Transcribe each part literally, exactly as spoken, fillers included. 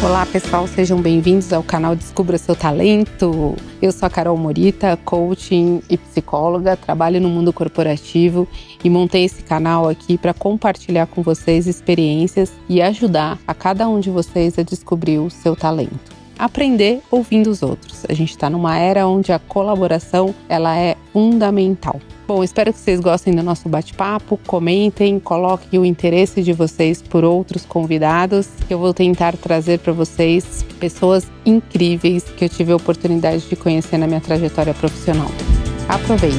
Olá pessoal, sejam bem-vindos ao canal Descubra Seu Talento. Eu sou a Carol Morita, coaching e psicóloga, trabalho no mundo corporativo e montei esse canal aqui para compartilhar com vocês experiências e ajudar a cada um de vocês a descobrir o seu talento. Aprender ouvindo os outros. A gente está numa era onde a colaboração ela é fundamental. Bom, espero que vocês gostem do nosso bate-papo, comentem, coloquem o interesse de vocês por outros convidados. Eu vou tentar trazer para vocês pessoas incríveis que eu tive a oportunidade de conhecer na minha trajetória profissional. Aproveitem!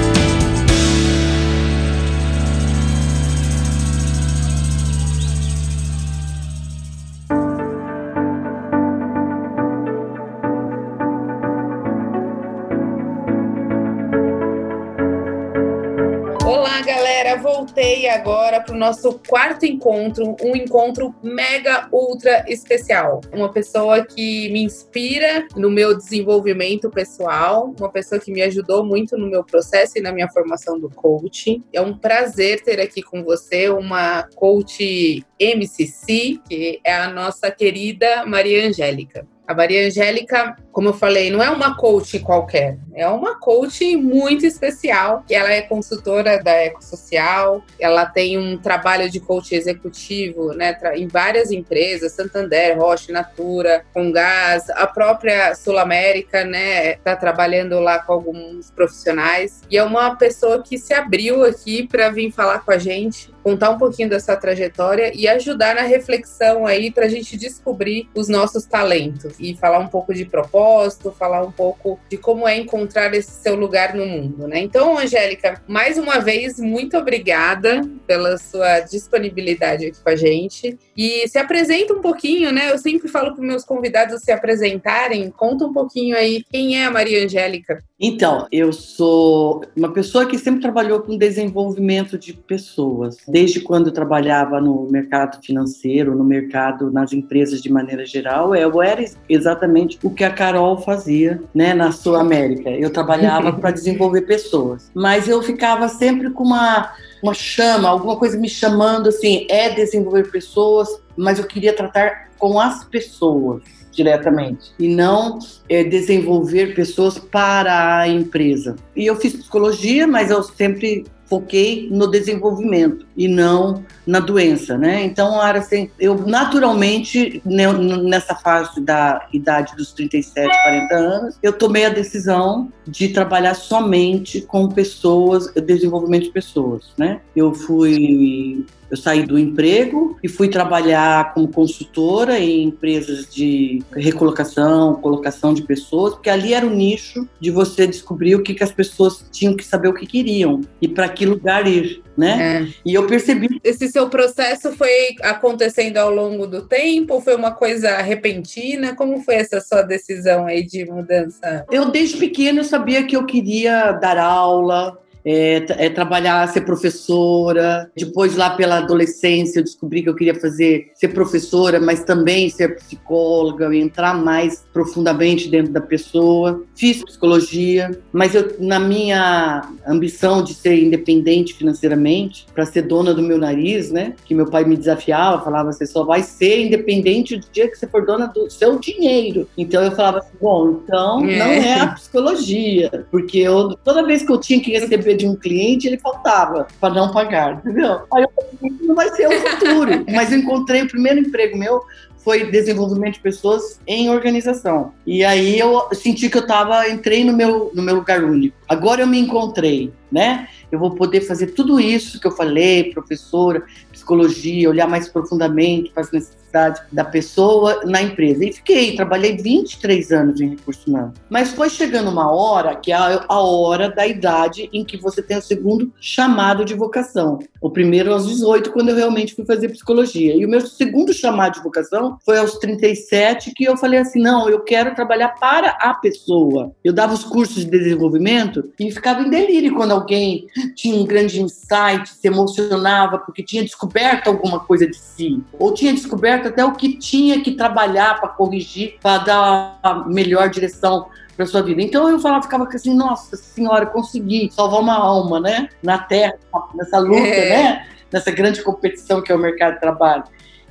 Voltei agora para o nosso quarto encontro, um encontro mega ultra especial. Uma pessoa que me inspira no meu desenvolvimento pessoal, uma pessoa que me ajudou muito no meu processo e na minha formação do coaching. É um prazer ter aqui com você uma coach M C C, que é a nossa querida Maria Angélica. A Maria Angélica, como eu falei, não é uma coach qualquer, é uma coach muito especial. Ela é consultora da Ecossocial, ela tem um trabalho de coach executivo, né, em várias empresas, Santander, Roche, Natura, Comgás, a própria Sul América, né, está trabalhando lá com alguns profissionais. E é uma pessoa que se abriu aqui para vir falar com a gente, contar um pouquinho da sua trajetória e ajudar na reflexão aí para a gente descobrir os nossos talentos e falar um pouco de propósito, falar um pouco de como é encontrar esse seu lugar no mundo, né? Então, Angélica, mais uma vez, muito obrigada pela sua disponibilidade aqui com a gente. E se apresenta um pouquinho, né? Eu sempre falo para meus convidados se apresentarem. Conta um pouquinho aí quem é a Maria Angélica. Então, eu sou uma pessoa que sempre trabalhou com desenvolvimento de pessoas. Desde quando eu trabalhava no mercado financeiro, no mercado, nas empresas de maneira geral, eu era exatamente o que a Carol fazia, né, na Sul América. Eu trabalhava para desenvolver pessoas. Mas eu ficava sempre com uma, uma chama, alguma coisa me chamando, assim, é desenvolver pessoas, mas eu queria tratar com as pessoas diretamente, e não é, desenvolver pessoas para a empresa. E eu fiz psicologia, mas eu sempre foquei no desenvolvimento e não na doença, né? Então, era assim, eu naturalmente, nessa fase da idade dos trinta e sete, quarenta anos, eu tomei a decisão de trabalhar somente com pessoas, desenvolvimento de pessoas, né? Eu fui... Eu saí do emprego e fui trabalhar como consultora em empresas de recolocação, colocação de pessoas, porque ali era o nicho de você descobrir o que, que as pessoas tinham que saber o que queriam e para que lugar ir, né? É. E eu percebi... Esse seu processo foi acontecendo ao longo do tempo? Foi uma coisa repentina? Como foi essa sua decisão aí de mudança? Eu, desde pequena, eu sabia que eu queria dar aula, É, é, trabalhar, ser professora. Depois, lá pela adolescência, eu descobri que eu queria fazer, ser professora, mas também ser psicóloga, entrar mais profundamente dentro da pessoa. Fiz psicologia, mas eu, na minha ambição de ser independente financeiramente, para ser dona do meu nariz, né, que meu pai me desafiava, falava, você só vai ser independente do dia que você for dona do seu dinheiro. Então eu falava assim, bom, então é. não é a psicologia, porque eu, toda vez que eu tinha que receber de um cliente, ele faltava para não pagar, entendeu? Aí eu falei, não vai ser o futuro. Mas eu encontrei o primeiro emprego meu, foi desenvolvimento de pessoas em organização. E aí eu senti que eu tava, entrei no meu, no meu lugar único. Agora eu me encontrei, né? Eu vou poder fazer tudo isso que eu falei, professora, psicologia, olhar mais profundamente para as necessidades da pessoa na empresa. E fiquei, trabalhei vinte e três anos em recursos humanos. Mas foi chegando uma hora, que é a, a hora da idade em que você tem o segundo chamado de vocação. O primeiro aos dezoito, quando eu realmente fui fazer psicologia. E o meu segundo chamado de vocação foi aos trinta e sete, que eu falei assim, não, eu quero trabalhar para a pessoa. Eu dava os cursos de desenvolvimento e ficava em delírio quando alguém tinha um grande insight, se emocionava porque tinha descoberto alguma coisa de si, ou tinha descoberto até o que tinha que trabalhar para corrigir, para dar a melhor direção para sua vida. Então eu falava, ficava assim, nossa senhora, consegui salvar uma alma, né? Na Terra, nessa luta, é. né? Nessa grande competição que é o mercado de trabalho.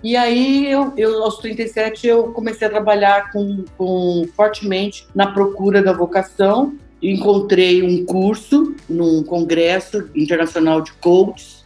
E aí, eu, eu, aos trinta e sete, eu comecei a trabalhar com, com, fortemente na procura da vocação. Encontrei um curso num congresso internacional de coaches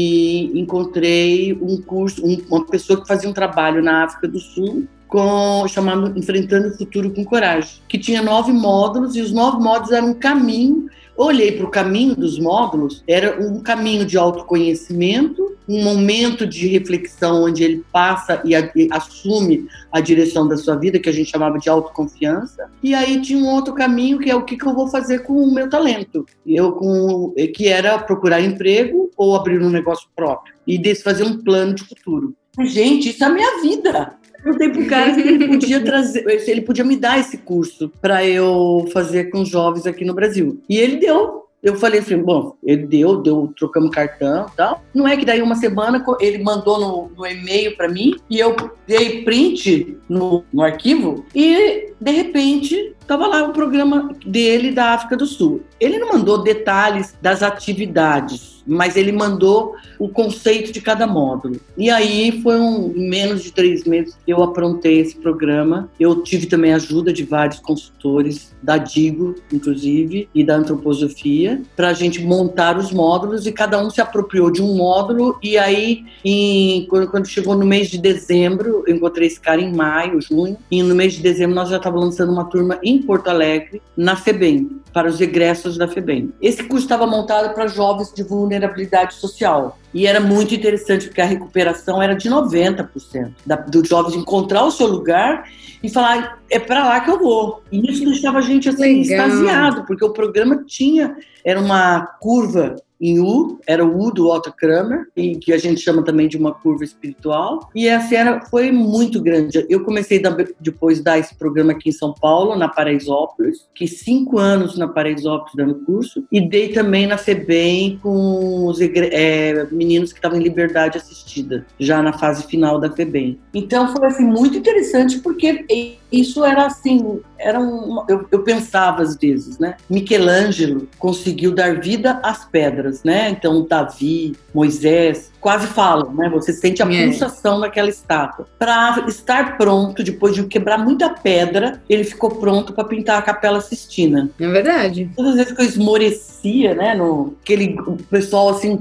e encontrei um curso, um, uma pessoa que fazia um trabalho na África do Sul com, chamado Enfrentando o Futuro com Coragem, que tinha nove módulos e os nove módulos eram um caminho. Olhei para o caminho dos módulos, era um caminho de autoconhecimento, um momento de reflexão onde ele passa e, a, e assume a direção da sua vida, que a gente chamava de autoconfiança. E aí tinha um outro caminho, que é o que, que eu vou fazer com o meu talento, eu com, que era procurar emprego ou abrir um negócio próprio e desse fazer um plano de futuro. Gente, isso é a minha vida. Eu perguntei pro cara se ele podia trazer, se ele podia me dar esse curso para eu fazer com os jovens aqui no Brasil. E ele deu. Eu falei assim, bom, ele deu, deu, trocamos cartão e tal. Não é que daí uma semana ele mandou no, no e-mail para mim e eu dei print no, no arquivo e, de repente, estava lá o programa dele da África do Sul. Ele não mandou detalhes das atividades, mas ele mandou o conceito de cada módulo. E aí, foi um, em menos de três meses, eu aprontei esse programa. Eu tive também a ajuda de vários consultores, da Digo, inclusive, e da Antroposofia, para a gente montar os módulos, e cada um se apropriou de um módulo. E aí, em, quando, quando chegou no mês de dezembro, eu encontrei esse cara em maio, junho, e no mês de dezembro nós já estávamos lançando uma turma em Porto Alegre, na FEBEM, para os egressos da FEBEM. Esse curso estava montado para jovens de vulnerabilidade social. E era muito interessante, porque a recuperação era de noventa por cento da, dos jovens encontrar o seu lugar e falar, é para lá que eu vou. E isso deixava a gente assim, extasiado, porque o programa tinha, era uma curva em U, era o U do Otto Kramer, e que a gente chama também de uma curva espiritual, e essa era, foi muito grande. Eu comecei da, depois a dar esse programa aqui em São Paulo, na Paraisópolis, fiquei cinco anos na Paraisópolis dando curso, e dei também na FEBEM com os é, meninos que estavam em liberdade assistida, já na fase final da FEBEM. Então foi assim, muito interessante, porque isso era assim, era um, eu, eu pensava às vezes, né? Michelangelo conseguiu dar vida às pedras, né? Então Davi, Moisés, quase falam, né? Você sente a é. pulsação daquela estátua. Para estar pronto, depois de quebrar muita pedra, ele ficou pronto para pintar a Capela Sistina. É verdade. Todas as vezes que eu esmorecia, né? No, aquele o pessoal assim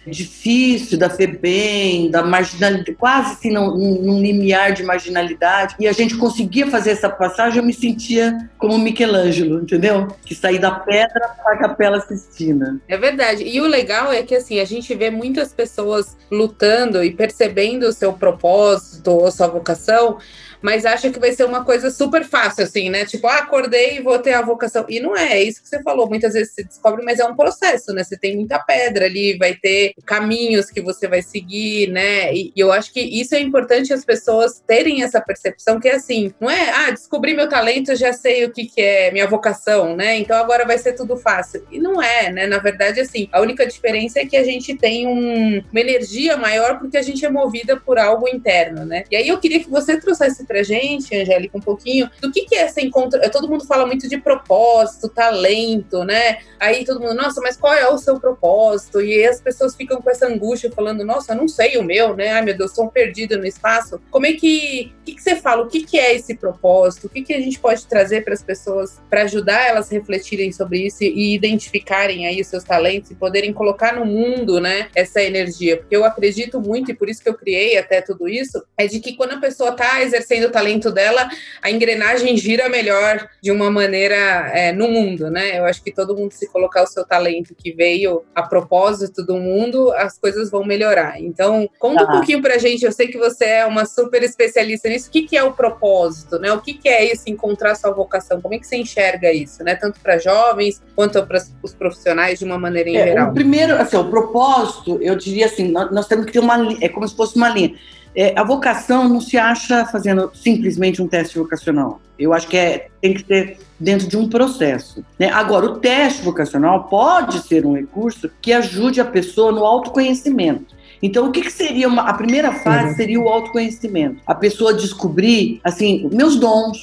difícil da FEBEM, da marginalidade, quase assim num, num limiar de marginalidade, e a gente conseguia fazer essa passagem, eu me sentia como Michelangelo, entendeu? Que saí da pedra para a Capela Sistina. É verdade, e o legal é que assim, a gente vê muitas pessoas lutando e percebendo o seu propósito ou sua vocação, mas acha que vai ser uma coisa super fácil, assim, né? Tipo, ah, acordei e vou ter a vocação. E não é, é isso que você falou. Muitas vezes você descobre, mas é um processo, né? Você tem muita pedra ali, vai ter caminhos que você vai seguir, né? E, e eu acho que isso é importante as pessoas terem essa percepção, que é assim, não é, ah, descobri meu talento, já sei o que, que é minha vocação, né? Então agora vai ser tudo fácil. E não é, né? Na verdade, assim, a única diferença é que a gente tem um, uma energia maior porque a gente é movida por algo interno, né? E aí eu queria que você trouxesse pra gente, Angélica, um pouquinho do que, que é essa encontro. Todo mundo fala muito de propósito, talento, né? Aí todo mundo, nossa, mas qual é o seu propósito? E aí as pessoas ficam com essa angústia falando, nossa, eu não sei o meu, né? Ai, meu Deus, estou perdido no espaço. Como é que, que, que você fala? O que, que é esse propósito? O que, que a gente pode trazer para as pessoas para ajudar elas a refletirem sobre isso e identificarem aí os seus talentos e poderem colocar no mundo, né, essa energia? Porque eu acredito muito, e por isso que eu criei até tudo isso, é de que quando a pessoa está exercendo o talento dela, a engrenagem gira melhor de uma maneira é, no mundo, né? Eu acho que todo mundo, se colocar o seu talento que veio a propósito do mundo, as coisas vão melhorar. Então, conta ah. um pouquinho pra gente, eu sei que você é uma super especialista nisso, o que, que é o propósito, né? O que, que é isso, encontrar sua vocação? Como é que você enxerga isso, né? Tanto para jovens, quanto para os profissionais de uma maneira em é, geral. O primeiro, assim, o propósito, eu diria assim, nós, nós temos que ter uma linha, é como se fosse uma linha. É, a vocação não se acha fazendo simplesmente um teste vocacional. Eu acho que é, tem que ser dentro de um processo, né? Agora, o teste vocacional pode ser um recurso que ajude a pessoa no autoconhecimento. Então, o que, que seria uma, a primeira fase seria o autoconhecimento. A pessoa descobrir, assim, meus dons,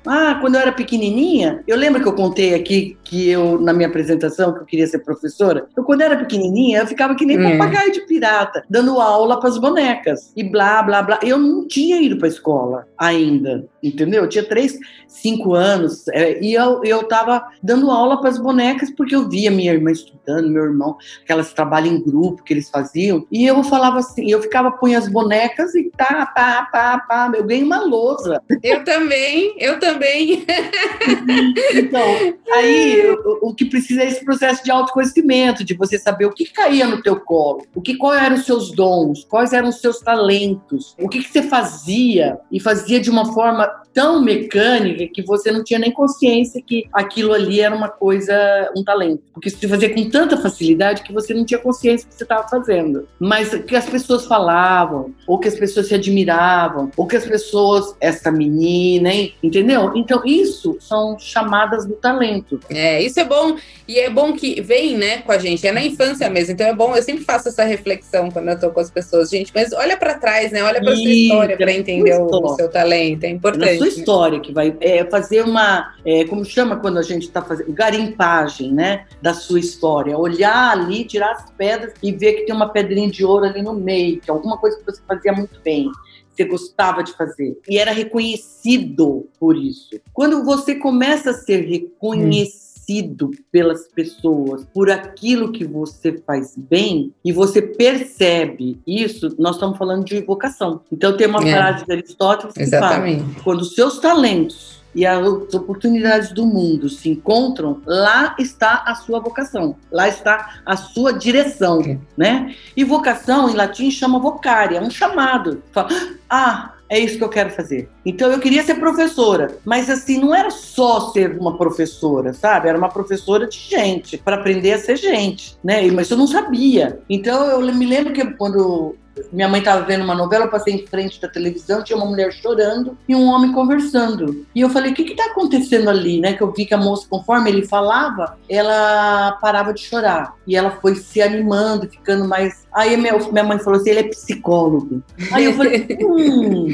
Ah, quando eu era pequenininha, eu lembro que eu contei aqui que eu, na minha apresentação, que eu queria ser professora, eu quando era pequenininha, eu ficava que nem Hum. papagaio de pirata, dando aula para as bonecas, e blá, blá, blá. Eu não tinha ido para a escola ainda, entendeu? Eu tinha três, cinco anos, é, e eu, eu tava dando aula para as bonecas, porque eu via minha irmã estudando, meu irmão, aquelas trabalhos em grupo que eles faziam, e eu falava assim, eu ficava, punha as bonecas e tá, pá, pá, pá, eu ganhei uma lousa. Eu também, eu também. Então, aí o, o que precisa é esse processo de autoconhecimento, de você saber o que caía no teu colo, o que, quais eram os seus dons, quais eram os seus talentos, o que, que você fazia, e fazia de uma forma tão mecânica que você não tinha nem consciência que aquilo ali era uma coisa, um talento. Porque você fazia com tanta facilidade que você não tinha consciência do que você estava fazendo. Mas que as pessoas falavam, ou que as pessoas se admiravam, ou que as pessoas, essa menina, hein? Entendeu? Então, isso são chamadas do talento. É, isso é bom. E é bom que vem, né, com a gente. É na infância mesmo. Então é bom, eu sempre faço essa reflexão quando eu tô com as pessoas. Gente, mas olha para trás, né? Olha para sua história para entender o, o seu talento. É importante. Na sua história que vai é, fazer uma, é, como chama quando a gente está fazendo, garimpagem, né, da sua história. Olhar ali, tirar as pedras e ver que tem uma pedrinha de ouro ali no meio, que é alguma coisa que você fazia muito bem, você gostava de fazer. E era reconhecido por isso. Quando você começa a ser reconhecido hum. pelas pessoas por aquilo que você faz bem e você percebe isso, nós estamos falando de vocação. Então tem uma é. frase de Aristóteles que Exatamente. fala: quando os seus talentos e as oportunidades do mundo se encontram, lá está a sua vocação, lá está a sua direção, okay. né? E vocação, em latim, chama vocária, um chamado. Fala, ah, é isso que eu quero fazer. Então eu queria ser professora, mas assim, não era só ser uma professora, sabe? Era uma professora de gente, para aprender a ser gente, né? Mas eu não sabia. Então eu me lembro que quando minha mãe estava vendo uma novela, eu passei em frente da televisão, tinha uma mulher chorando e um homem conversando. E eu falei, o que está acontecendo ali, né? Que eu vi que a moça, conforme ele falava, ela parava de chorar. E ela foi se animando, ficando mais... Aí minha, minha mãe falou assim, ele é psicólogo. Aí eu falei, hum,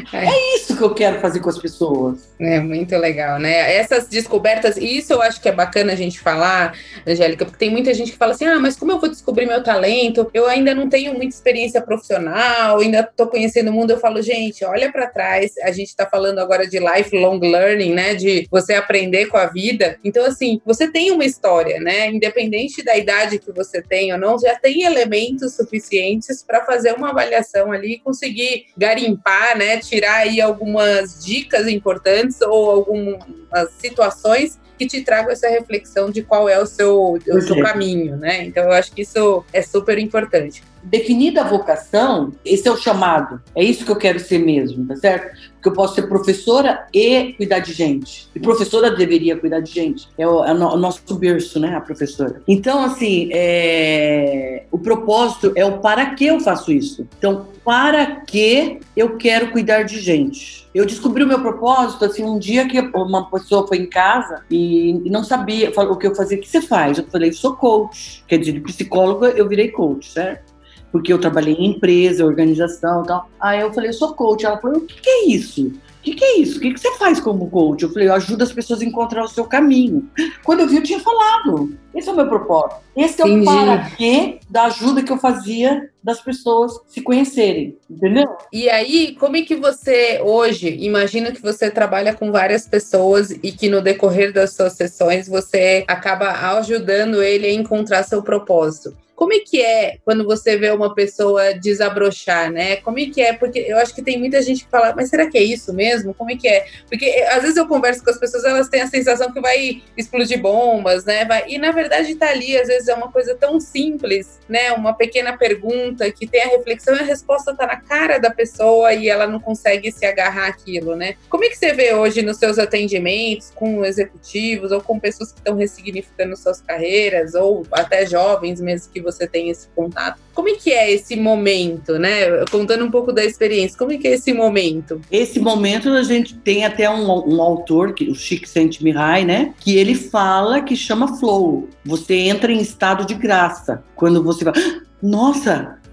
é isso que eu quero fazer com as pessoas. É muito legal, né? Essas descobertas, e isso eu acho que é bacana a gente falar, Angélica, porque tem muita gente que fala assim, ah, mas como eu vou descobrir meu talento? Eu ainda não tenho muita experiência profissional, ainda estou conhecendo o mundo. Eu falo, gente, olha para trás, a gente está falando agora de lifelong learning, né? De você aprender com a vida. Então, assim, você tem uma história, né? Independente da idade que você tem ou não, já tem elementos suficientes para fazer uma avaliação ali e conseguir garimpar, né? Tirar aí algumas dicas importantes ou algumas situações que te tragam essa reflexão de qual é o seu, o seu caminho, né? Então, eu acho que isso é super importante. Definida a vocação, esse é o chamado. É isso que eu quero ser mesmo, tá certo? Porque eu posso ser professora e cuidar de gente. E professora deveria cuidar de gente. É o, é o nosso berço, né? A professora. Então, assim, é... o propósito é o para que eu faço isso. Então, para que eu quero cuidar de gente? Eu descobri o meu propósito, assim, um dia que uma pessoa foi em casa e não sabia o que eu fazia. O que você faz? Eu falei, sou coach. Quer dizer, de psicóloga eu virei coach, certo? Porque eu trabalhei em empresa, organização e tal. Aí eu falei, eu sou coach. Ela falou, o que, que é isso? O que, que é isso? O que, que você faz como coach? Eu falei, eu ajudo as pessoas a encontrar o seu caminho. Quando eu vi, eu tinha falado. Esse é o meu propósito. Esse é Entendi. O para quê da ajuda que eu fazia das pessoas se conhecerem, entendeu? E aí, como é que você, hoje, imagina que você trabalha com várias pessoas e que no decorrer das suas sessões você acaba ajudando ele a encontrar seu propósito. Como é que é quando você vê uma pessoa desabrochar, né? Como é que é? Porque eu acho que tem muita gente que fala, mas será que é isso mesmo? Como é que é? Porque às vezes eu converso com as pessoas, elas têm a sensação que vai explodir bombas, né? Vai... E na verdade tá ali, às vezes é uma coisa tão simples, né? Uma pequena pergunta que tem a reflexão e a resposta tá na cara da pessoa e ela não consegue se agarrar àquilo, né? Como é que você vê hoje nos seus atendimentos com executivos ou com pessoas que estão ressignificando suas carreiras ou até jovens mesmo que você tem esse contato? Como é que é esse momento, né? Contando um pouco da experiência, como é que é esse momento? Esse momento a gente tem até um, um autor, que, o Csikszentmihalyi, né? Que ele fala que chama flow. Você entra em estado de graça. Quando você vai, nossa,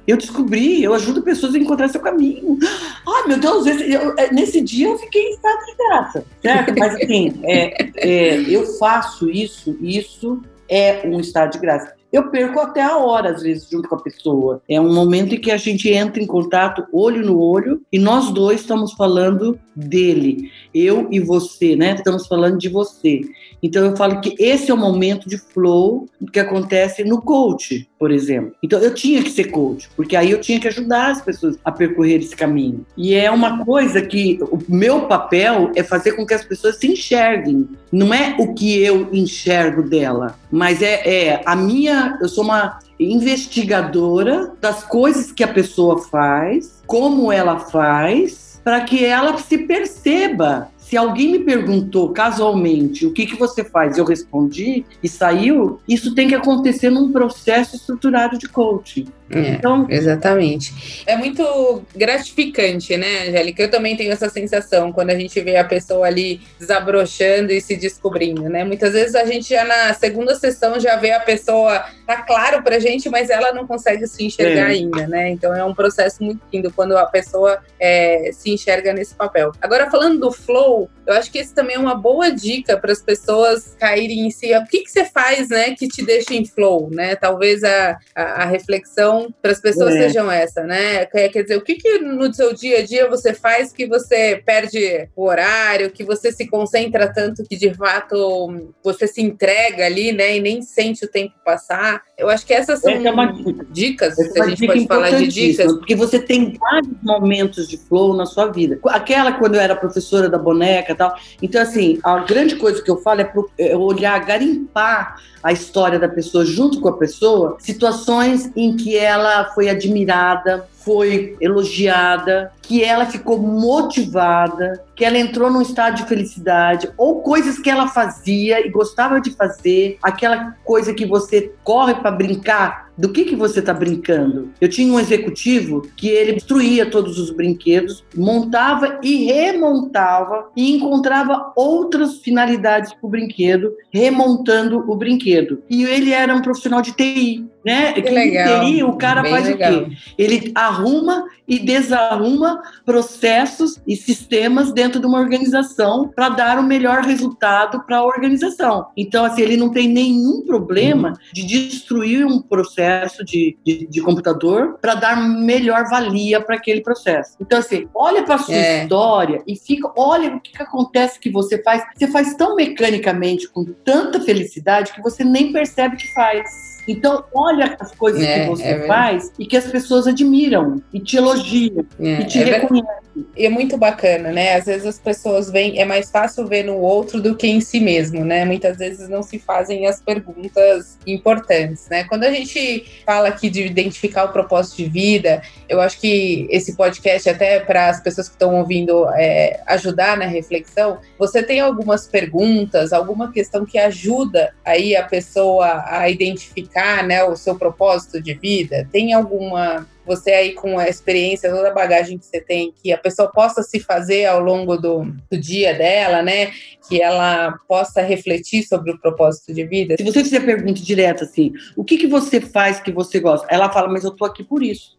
Eu descobri, eu ajudo pessoas a encontrar seu caminho. Ai, meu Deus, esse, eu, nesse dia eu fiquei em estado de graça, certo? Mas assim, é, é, eu faço isso, isso é um estado de graça. Eu perco até a hora, às vezes, junto com a pessoa. É um momento em que a gente entra em contato, olho no olho, e nós dois estamos falando dele. Eu e você, né? Estamos falando de você. Então, eu falo que esse é o momento de flow que acontece no coach, por exemplo. Então, eu tinha que ser coach, porque aí eu tinha que ajudar as pessoas a percorrer esse caminho. E é uma coisa que o meu papel é fazer com que as pessoas se enxerguem. Não é o que eu enxergo dela, mas é, é a minha... Eu sou uma investigadora das coisas que a pessoa faz, como ela faz, para que ela se perceba. Se alguém me perguntou casualmente o que, que você faz, eu respondi e saiu, isso tem que acontecer num processo estruturado de coaching. É, então, exatamente. É muito gratificante, né, Angélica? Eu também tenho essa sensação quando a gente vê a pessoa ali desabrochando e se descobrindo, né? Muitas vezes a gente já na segunda sessão já vê a pessoa, tá claro pra gente, mas ela não consegue se enxergar é. ainda, né? Então é um processo muito lindo quando a pessoa é, se enxerga nesse papel. Agora, falando do flow, eu acho que esse também é uma boa dica para as pessoas caírem em si. O que, que você faz, né, que te deixa em flow, né? Talvez a, a, a reflexão para as pessoas é. sejam essa, né? Quer dizer, o que, que no seu dia a dia você faz que você perde o horário, que você se concentra tanto que de fato você se entrega ali, né, e nem sente o tempo passar. Eu acho que essas são Essa é uma dica. dicas, Essa se a gente pode falar de dicas. Porque você tem vários momentos de flow na sua vida. Aquela quando eu era professora da boneca e tal. Então, assim, a grande coisa que eu falo é, pro, é olhar, garimpar a história da pessoa junto com a pessoa, situações em que ela foi admirada, foi elogiada, que ela ficou motivada, que ela entrou num estado de felicidade, ou coisas que ela fazia e gostava de fazer, aquela coisa que você corre para brincar. Do que que você está brincando? Eu tinha um executivo que ele destruía todos os brinquedos, montava e remontava e encontrava outras finalidades para o brinquedo, remontando o brinquedo. E ele era um profissional de T I, né? Que que legal. T I, o cara Bem faz legal. o quê? Ele arruma e desarruma processos e sistemas dentro de uma organização para dar o melhor resultado para a organização. Então, assim, ele não tem nenhum problema uhum. de destruir um processo De, de, de computador para dar melhor valia para aquele processo. Então, assim, olha para a sua é. história e fica, olha o que, que acontece que você faz. Você faz tão mecanicamente, com tanta felicidade, que você nem percebe que faz. Então, olha as coisas é, que você é faz e que as pessoas admiram e te elogiam é, e te é reconhecem. E é muito bacana, né? Às vezes as pessoas veem, é mais fácil ver no outro do que em si mesmo, né? Muitas vezes não se fazem as perguntas importantes, né? Quando a gente fala aqui de identificar o propósito de vida, eu acho que esse podcast, até para as pessoas que estão ouvindo é, ajudar na reflexão, você tem algumas perguntas, alguma questão que ajuda aí a pessoa a identificar, né, o seu propósito de vida? Tem alguma... Você aí com a experiência, toda a bagagem que você tem, que a pessoa possa se fazer ao longo do, do dia dela, né? Que ela possa refletir sobre o propósito de vida? Se você fizer pergunta direta assim, o que, que você faz que você gosta? Ela fala, mas eu tô aqui por isso.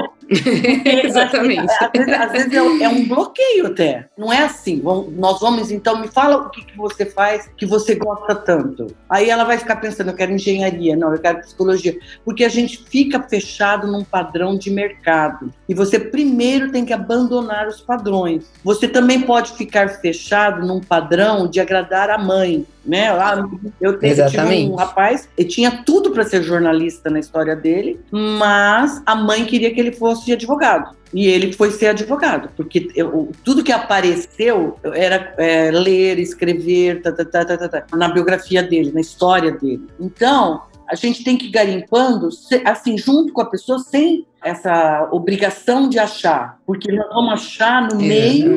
Exatamente. Às vezes, às vezes é, é um bloqueio até. Não é assim. Nós homens, então, me fala o que, que você faz que você gosta tanto. Aí ela vai ficar pensando, eu quero engenharia, não, eu quero psicologia. Porque a gente fica fechado num padrão de mercado. E você primeiro tem que abandonar os padrões. Você também pode ficar fechado num padrão de agradar a mãe, né? Lá, eu, te, eu tive um rapaz, ele tinha tudo para ser jornalista na história dele, mas a mãe queria que ele fosse advogado. E ele foi ser advogado, porque eu, tudo que apareceu era é, ler, escrever, tá, tá, tá, tá, tá, na biografia dele, na história dele. Então, a gente tem que ir garimpando, assim, junto com a pessoa, sem essa obrigação de achar, porque nós vamos achar no meio,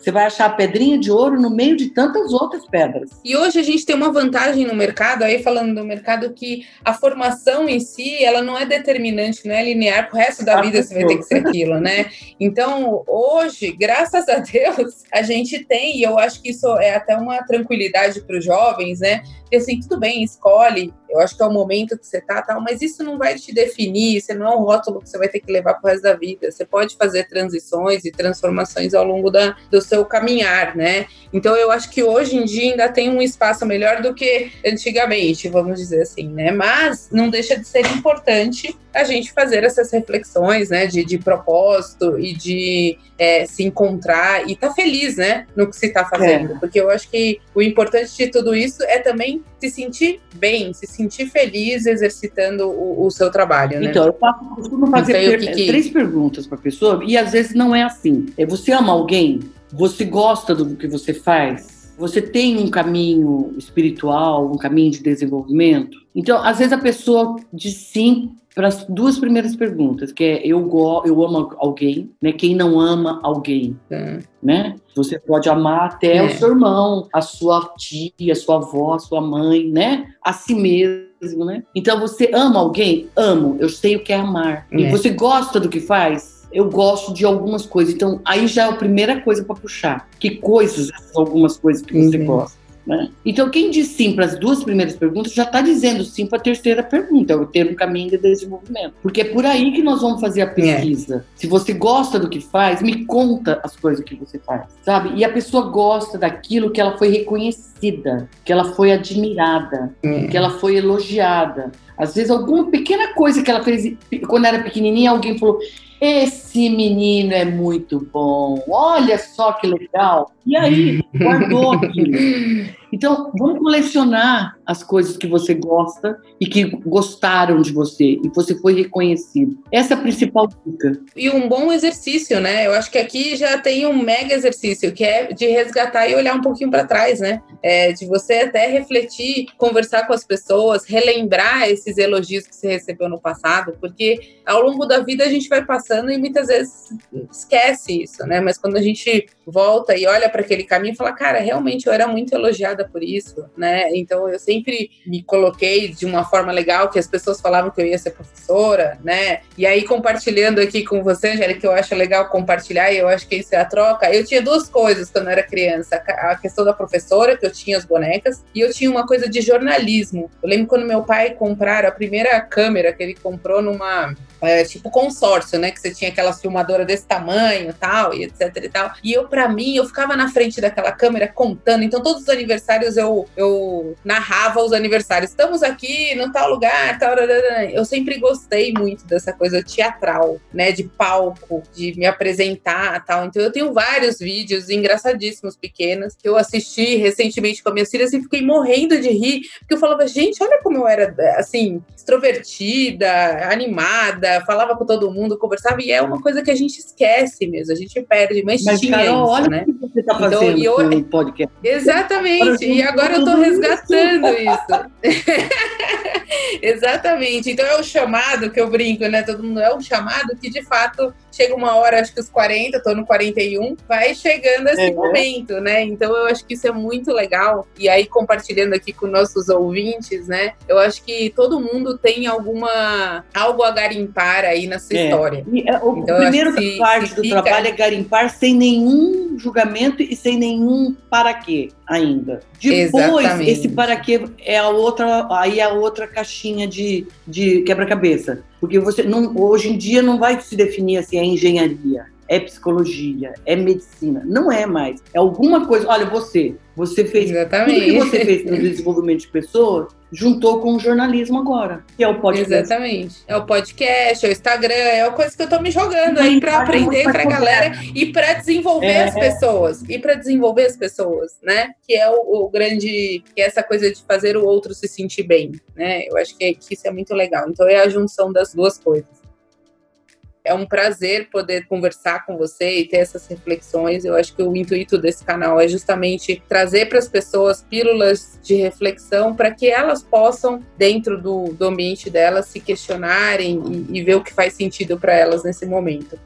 Você vai achar a pedrinha de ouro no meio de tantas outras pedras. E hoje a gente tem uma vantagem no mercado, aí falando do mercado, que a formação em si, ela não é determinante, não é linear, pro resto da vida você vai ter que ser aquilo, né? Então, hoje, graças a Deus, a gente tem, e eu acho que isso é até uma tranquilidade para os jovens, né? Porque assim, tudo bem, escolhe, eu acho que é o momento que você tá, tal, mas isso não vai te definir, você não é um rótulo que você vai ter que levar pro resto da vida. Você pode fazer transições e transformações ao longo da, do seu caminhar, né? Então eu acho que hoje em dia ainda tem um espaço melhor do que antigamente, vamos dizer assim, né? Mas não deixa de ser importante a gente fazer essas reflexões, né? De, de propósito e de é, se encontrar e tá feliz, né? No que se tá fazendo. É. Porque eu acho que o importante de tudo isso é também se sentir bem, se sentir feliz exercitando o, o seu trabalho, né? Então, eu faço, costumo fazer então, per- que que... três perguntas para a pessoa, e às vezes não é assim. É, você ama alguém? Você gosta do que você faz? Você tem um caminho espiritual, um caminho de desenvolvimento? Então, às vezes a pessoa diz sim para as duas primeiras perguntas, que é eu, go- eu amo alguém, né? Quem não ama alguém, é. né? Você pode amar até é. o seu irmão, a sua tia, a sua avó, a sua mãe, né? A si mesmo, né? Então, você ama alguém? Amo, eu sei o que é amar. É. E você gosta do que faz? Eu gosto de algumas coisas. Então, aí já é a primeira coisa para puxar. Que coisas são algumas coisas que você uhum. gosta? Né? Então, quem diz sim para as duas primeiras perguntas já está dizendo sim para a terceira pergunta, é o ter um caminho de desenvolvimento. Porque é por aí que nós vamos fazer a pesquisa. É. Se você gosta do que faz, me conta as coisas que você faz, sabe? E a pessoa gosta daquilo que ela foi reconhecida, que ela foi admirada, é. que ela foi elogiada. Às vezes, alguma pequena coisa que ela fez quando era pequenininha, alguém falou: esse menino é muito bom, olha só que legal. E aí, guardou aquilo. Então, vamos colecionar as coisas que você gosta e que gostaram de você e você foi reconhecido. Essa é a principal dica. E um bom exercício, né? Eu acho que aqui já tem um mega exercício, que é de resgatar e olhar um pouquinho para trás, né? É, de você até refletir, conversar com as pessoas, relembrar esses elogios que você recebeu no passado, porque ao longo da vida a gente vai passando e muitas vezes esquece isso, né? Mas quando a gente volta e olha para aquele caminho e fala, cara, realmente eu era muito elogiada por isso, né? Então eu sempre me coloquei de uma forma legal, que as pessoas falavam que eu ia ser professora, né? E aí compartilhando aqui com você, Angélica, que eu acho legal compartilhar, e eu acho que isso é a troca. Eu tinha duas coisas quando eu era criança, a questão da professora, que eu tinha as bonecas, e eu tinha uma coisa de jornalismo. Eu lembro quando meu pai compraram a primeira câmera que ele comprou numa... É, tipo consórcio, né, que você tinha aquela filmadora desse tamanho, tal, e etc e tal, e eu, pra mim, eu ficava na frente daquela câmera contando, então todos os aniversários eu, eu narrava os aniversários, estamos aqui no tal lugar, tal, eu sempre gostei muito dessa coisa teatral, né, de palco, de me apresentar, tal, então eu tenho vários vídeos engraçadíssimos, pequenos, que eu assisti recentemente com as minhas filhas e fiquei morrendo de rir, porque eu falava, gente, olha como eu era, assim, extrovertida, animada, falava com todo mundo, conversava, e é uma coisa que a gente esquece mesmo, a gente perde, mas, mas tinha Carol, isso, olha né? O que você tá fazendo então, eu... podcast. Exatamente, e agora eu tô resgatando isso. Exatamente, então é o chamado que eu brinco, né? Todo mundo é um chamado que, de fato, chega uma hora, acho que os quarenta, tô no quarenta e um, vai chegando esse é, momento, né? Então eu acho que isso é muito legal, e aí compartilhando aqui com nossos ouvintes, né? Eu acho que todo mundo tem alguma, algo a garimpar aí nessa é. história. E, o então, primeiro se, parte se do fica... trabalho é garimpar sem nenhum julgamento e sem nenhum para quê ainda. Depois, Exatamente. Esse para quê é a outra, aí é a outra caixinha de, de quebra-cabeça. Porque você não, hoje em dia não vai se definir assim, é engenharia, é psicologia, é medicina. Não é mais. É alguma coisa. Olha, você, você fez Exatamente. tudo que você fez no desenvolvimento de pessoas, juntou com o jornalismo agora, que é o podcast. Exatamente. É o podcast, é o Instagram, é a coisa que eu tô me jogando aí para aprender pra galera e para desenvolver é, as pessoas. E para desenvolver as pessoas, né? Que é o, o grande... Que é essa coisa de fazer o outro se sentir bem, né? Eu acho que, é, que isso é muito legal. Então é a junção das duas coisas. É um prazer poder conversar com você e ter essas reflexões. Eu acho que o intuito desse canal é justamente trazer para as pessoas pílulas de reflexão para que elas possam, dentro do, do ambiente delas, se questionarem e, e ver o que faz sentido para elas nesse momento.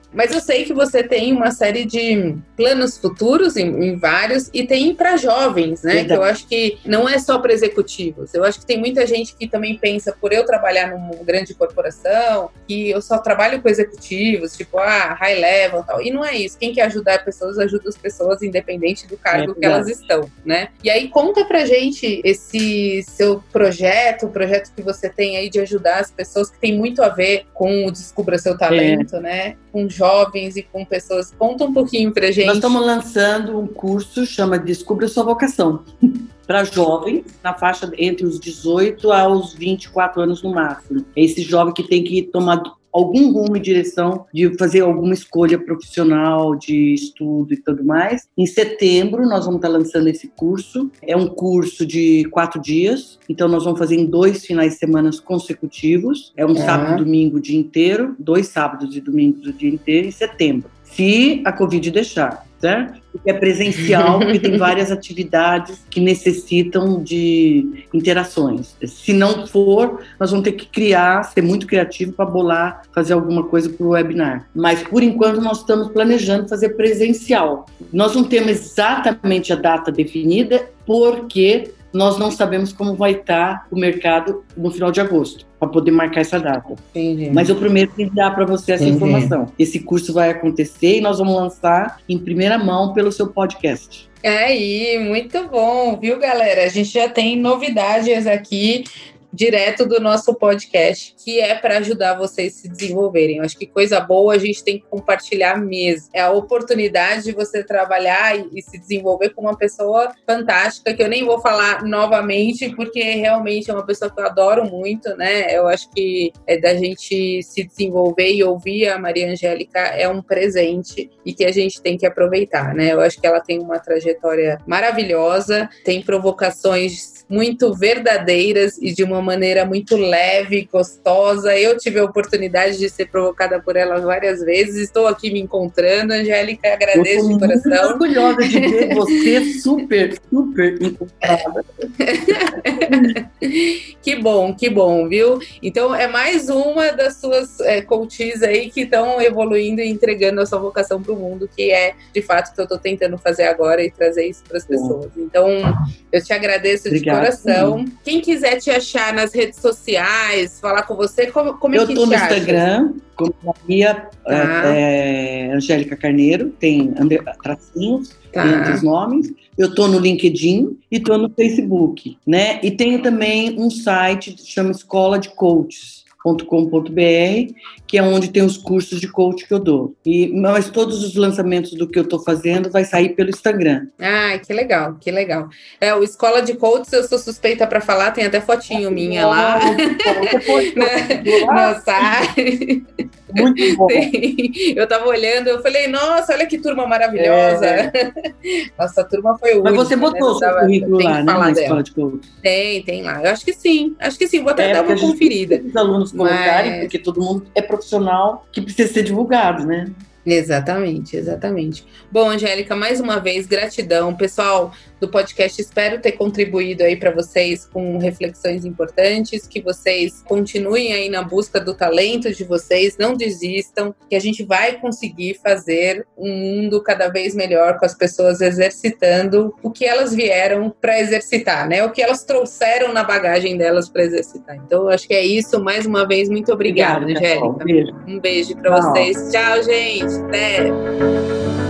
Mas eu sei que você tem uma série de planos futuros, em, em vários, e tem para jovens, né? Verdade. Que eu acho que não é só para executivos. Eu acho que tem muita gente que também pensa, por eu trabalhar numa grande corporação, que eu só trabalho com executivos, tipo, ah, high level e tal. E não é isso. Quem quer ajudar pessoas, ajuda as pessoas, independente do cargo é que elas estão, né? E aí, conta pra gente esse seu projeto, o projeto que você tem aí de ajudar as pessoas, que tem muito a ver com o Descubra Seu Talento, é. né? Com jovens e com pessoas. Conta um pouquinho pra gente. Nós estamos lançando um curso, chama Descubra Sua Vocação, para jovens, na faixa entre os dezoito aos vinte e quatro anos no máximo. É esse jovem que tem que tomar algum rumo em direção de fazer alguma escolha profissional, de estudo e tudo mais. Em setembro, nós vamos estar lançando esse curso. É um curso de quatro dias, então nós vamos fazer em dois finais de semana consecutivos. É um é. sábado e domingo o dia inteiro, dois sábados e domingos o dia inteiro, em setembro. Se a Covid deixar, certo? Porque é presencial, porque tem várias atividades que necessitam de interações. Se não for, nós vamos ter que criar, ser muito criativo para bolar, fazer alguma coisa para o webinar. Mas, por enquanto, nós estamos planejando fazer presencial. Nós não temos exatamente a data definida, porque nós não sabemos como vai estar o mercado no final de agosto, para poder marcar essa data. Entendi. Mas eu prometo enviar para você essa Entendi. informação. Esse curso vai acontecer e nós vamos lançar em primeira mão pelo seu podcast. Aí, muito bom, viu, galera? A gente já tem novidades aqui direto do nosso podcast, que é para ajudar vocês a se desenvolverem. Eu acho que coisa boa a gente tem que compartilhar mesmo. É a oportunidade de você trabalhar e, e se desenvolver com uma pessoa fantástica, que eu nem vou falar novamente, porque realmente é uma pessoa que eu adoro muito, né? Eu acho que é da gente se desenvolver e ouvir a Maria Angélica é um presente e que a gente tem que aproveitar, né? Eu acho que ela tem uma trajetória maravilhosa, tem provocações muito verdadeiras e de uma maneira muito leve, gostosa. Eu tive a oportunidade de ser provocada por ela várias vezes. Estou aqui me encontrando, Angélica, agradeço de coração. Estou muito orgulhosa de ver você super, super encontrada. Que bom, que bom, viu? Então, é mais uma das suas é, coaches aí que estão evoluindo e entregando a sua vocação para o mundo, que é, de fato, o que eu estou tentando fazer agora e trazer isso para as pessoas. Então, eu te agradeço Obrigado. de coração. Quem quiser te achar nas redes sociais, falar com você, como, como eu é que tô te acha? Eu estou no Instagram, como Maria ah. é, Angélica Carneiro, tem tracinhos tá. entre os nomes. Eu estou no LinkedIn e estou no Facebook, né? E tenho também um site que chama escola de coaches ponto com ponto b r, que é onde tem os cursos de coach que eu dou. E, mas todos os lançamentos do que eu estou fazendo vai sair pelo Instagram. Ah, que legal, que legal. É, o Escola de Coaches, eu sou suspeita para falar, tem até fotinho ah, minha não, lá. Nossa, muito bom. Tem. Eu tava olhando, eu falei, nossa, olha que turma maravilhosa. É. Nossa, a turma foi única. Mas você botou né? o seu currículo lá, né, na Escola de Coach? Tem, tem lá. Eu acho que sim, acho que sim, vou até é, dar uma conferida. Os alunos colocarem, Mas... porque todo mundo é profissional que precisa ser divulgado, né? Exatamente, exatamente. Bom, Angélica, mais uma vez, gratidão. Pessoal do podcast, espero ter contribuído aí para vocês com reflexões importantes, que vocês continuem aí na busca do talento de vocês, não desistam, que a gente vai conseguir fazer um mundo cada vez melhor com as pessoas exercitando o que elas vieram para exercitar, né? O que elas trouxeram na bagagem delas para exercitar. Então, eu acho que é isso. Mais uma vez, muito obrigada, Obrigada Angélica. Um beijo, um beijo para vocês. Tchau, gente. Até.